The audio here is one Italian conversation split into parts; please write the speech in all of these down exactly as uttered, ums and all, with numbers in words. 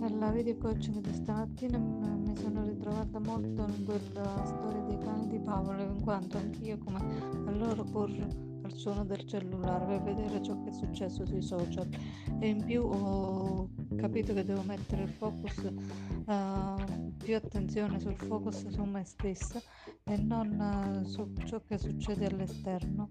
Nella video coaching di stamattina m- mi sono ritrovata molto in quella storia dei cani di Paolo, in quanto anch'io, come a loro, corro al suono del cellulare per vedere ciò che è successo sui social, e in più ho capito che devo mettere il focus, eh, più attenzione sul focus su me stessa e non eh, su ciò che succede all'esterno.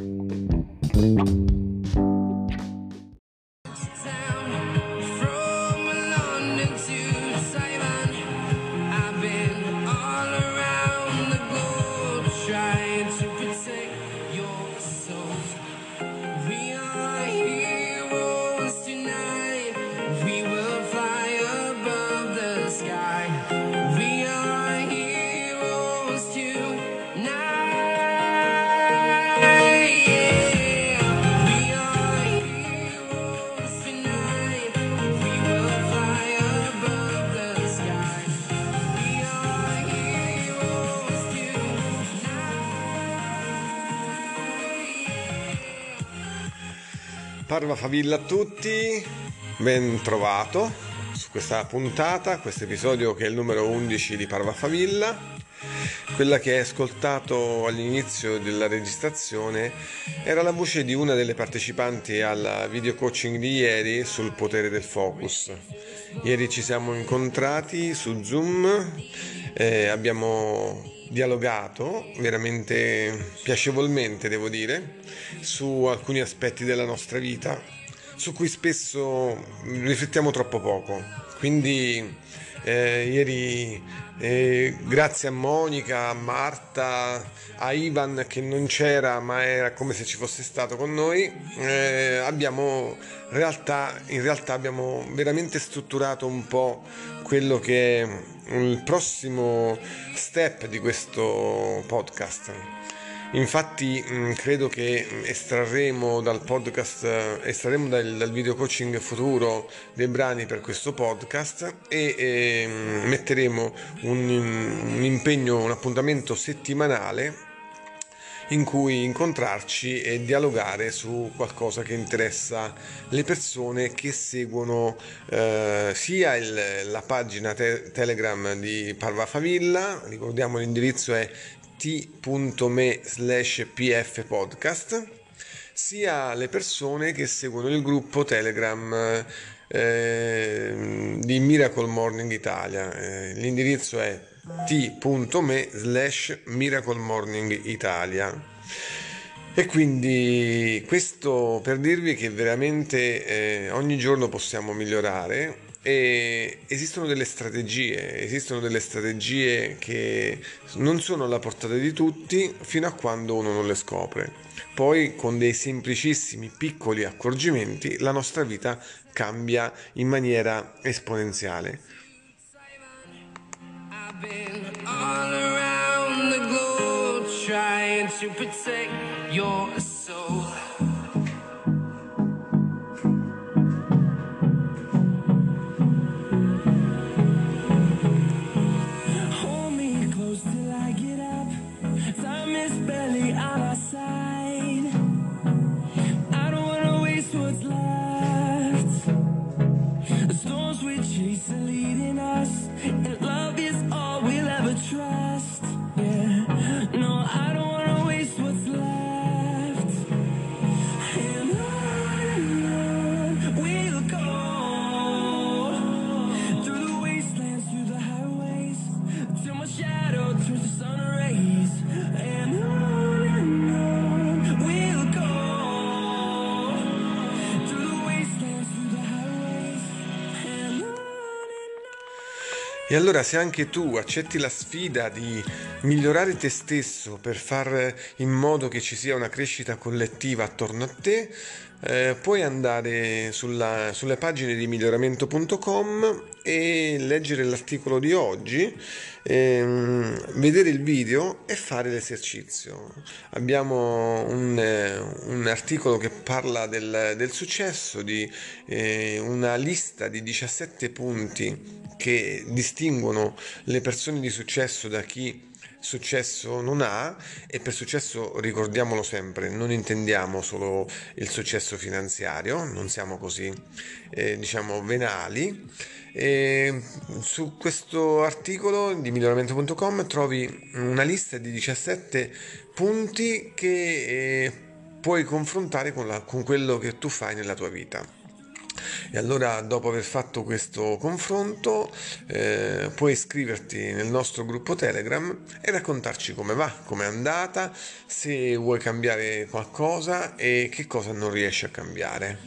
Parva favilla a tutti, ben trovato su questa puntata, questo episodio che è il numero undici di Parva Favilla. Quella che hai ascoltato all'inizio della registrazione era la voce di una delle partecipanti al video coaching di ieri sul potere del focus. Ieri ci siamo incontrati su Zoom, eh, abbiamo dialogato veramente piacevolmente, devo dire, su alcuni aspetti della nostra vita su cui spesso riflettiamo troppo poco. Quindi eh, ieri eh, grazie a Monica, a Marta, a Ivan che non c'era ma era come se ci fosse stato con noi, eh, abbiamo in realtà, in realtà abbiamo veramente strutturato un po' quello che è il prossimo step di questo podcast. Infatti mh, credo che estrarremo dal podcast, eh, estrarremo dal, dal video coaching futuro dei brani per questo podcast e eh, metteremo un, un impegno, un appuntamento settimanale in cui incontrarci e dialogare su qualcosa che interessa le persone che seguono eh, sia il, la pagina te- Telegram di Parva Favilla. Ricordiamo l'indirizzo è t.me slash pf podcast, sia le persone che seguono il gruppo Telegram eh, di Miracle Morning Italia. Eh, l'indirizzo è t.me slash Miracle Morning Italia. E quindi questo per dirvi che veramente eh, ogni giorno possiamo migliorare. E esistono delle strategie, esistono delle strategie che non sono alla portata di tutti fino a quando uno non le scopre. Poi con dei semplicissimi piccoli accorgimenti la nostra vita cambia in maniera esponenziale. I've been all around the globe trying to protect your soul. E allora se anche tu accetti la sfida di migliorare te stesso per far in modo che ci sia una crescita collettiva attorno a te, eh, puoi andare sulla, sulle pagine di miglioramento punto com e leggere l'articolo di oggi, ehm, vedere il video e fare l'esercizio. Abbiamo un, eh, un articolo che parla del, del successo, di eh, una lista di diciassette punti che distinguono le persone di successo da chi successo non ha, e per successo, ricordiamolo sempre, non intendiamo solo il successo finanziario, non siamo così eh, diciamo venali. E su questo articolo di miglioramento punto com trovi una lista di diciassette punti che eh, puoi confrontare con, la, con quello che tu fai nella tua vita. E allora, dopo aver fatto questo confronto, eh, puoi iscriverti nel nostro gruppo Telegram e raccontarci come va, come è andata, se vuoi cambiare qualcosa e che cosa non riesci a cambiare.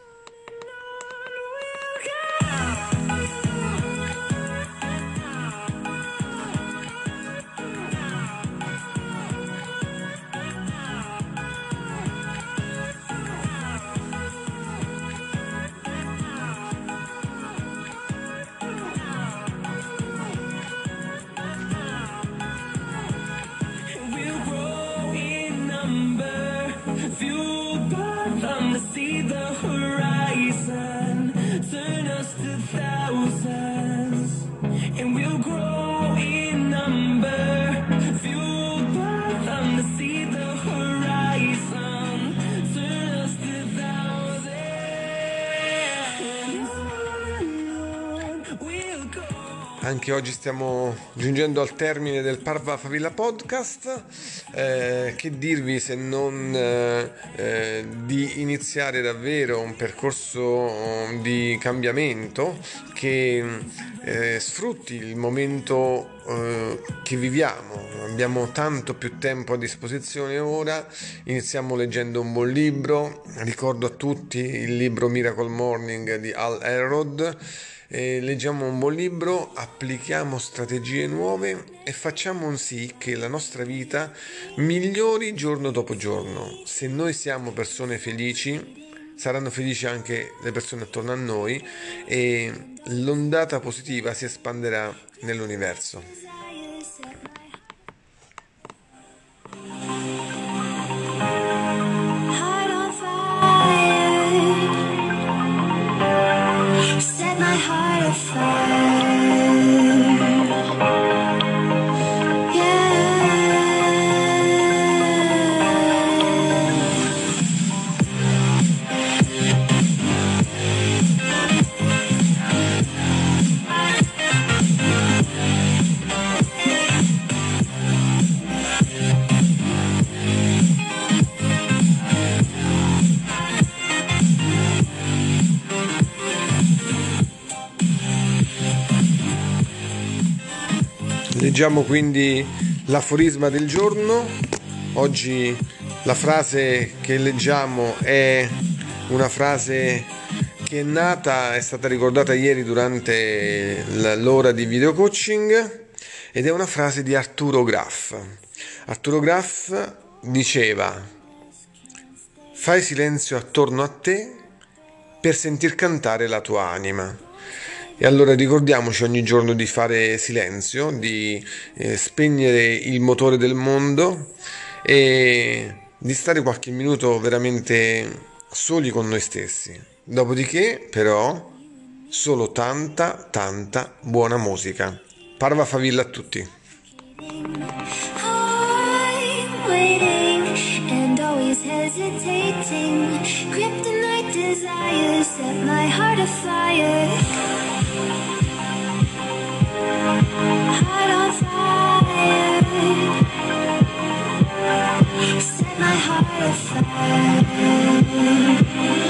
Anche oggi stiamo giungendo al termine del Parva Favilla Podcast. Eh, che dirvi se non eh, eh, di iniziare davvero un percorso di cambiamento che eh, sfrutti il momento eh, che viviamo. Abbiamo tanto più tempo a disposizione ora. Iniziamo leggendo un buon libro. Ricordo a tutti il libro Miracle Morning di Hal Elrod. E leggiamo un buon libro, applichiamo strategie nuove e facciamo in sì che la nostra vita migliori giorno dopo giorno. Se noi siamo persone felici, saranno felici anche le persone attorno a noi e l'ondata positiva si espanderà nell'universo. Set my heart afire. Leggiamo quindi l'aforisma del giorno. Oggi la frase che leggiamo è una frase che è nata, è stata ricordata ieri durante l'ora di video coaching, ed è una frase di Arturo Graff. Arturo Graff diceva: fai silenzio attorno a te per sentir cantare la tua anima. E allora ricordiamoci ogni giorno di fare silenzio, di eh, spegnere il motore del mondo e di stare qualche minuto veramente soli con noi stessi. Dopodiché, però, solo tanta, tanta buona musica. Parva Favilla a tutti. Kryptonite desires set my heart afire. Heart on fire. Set my heart afire.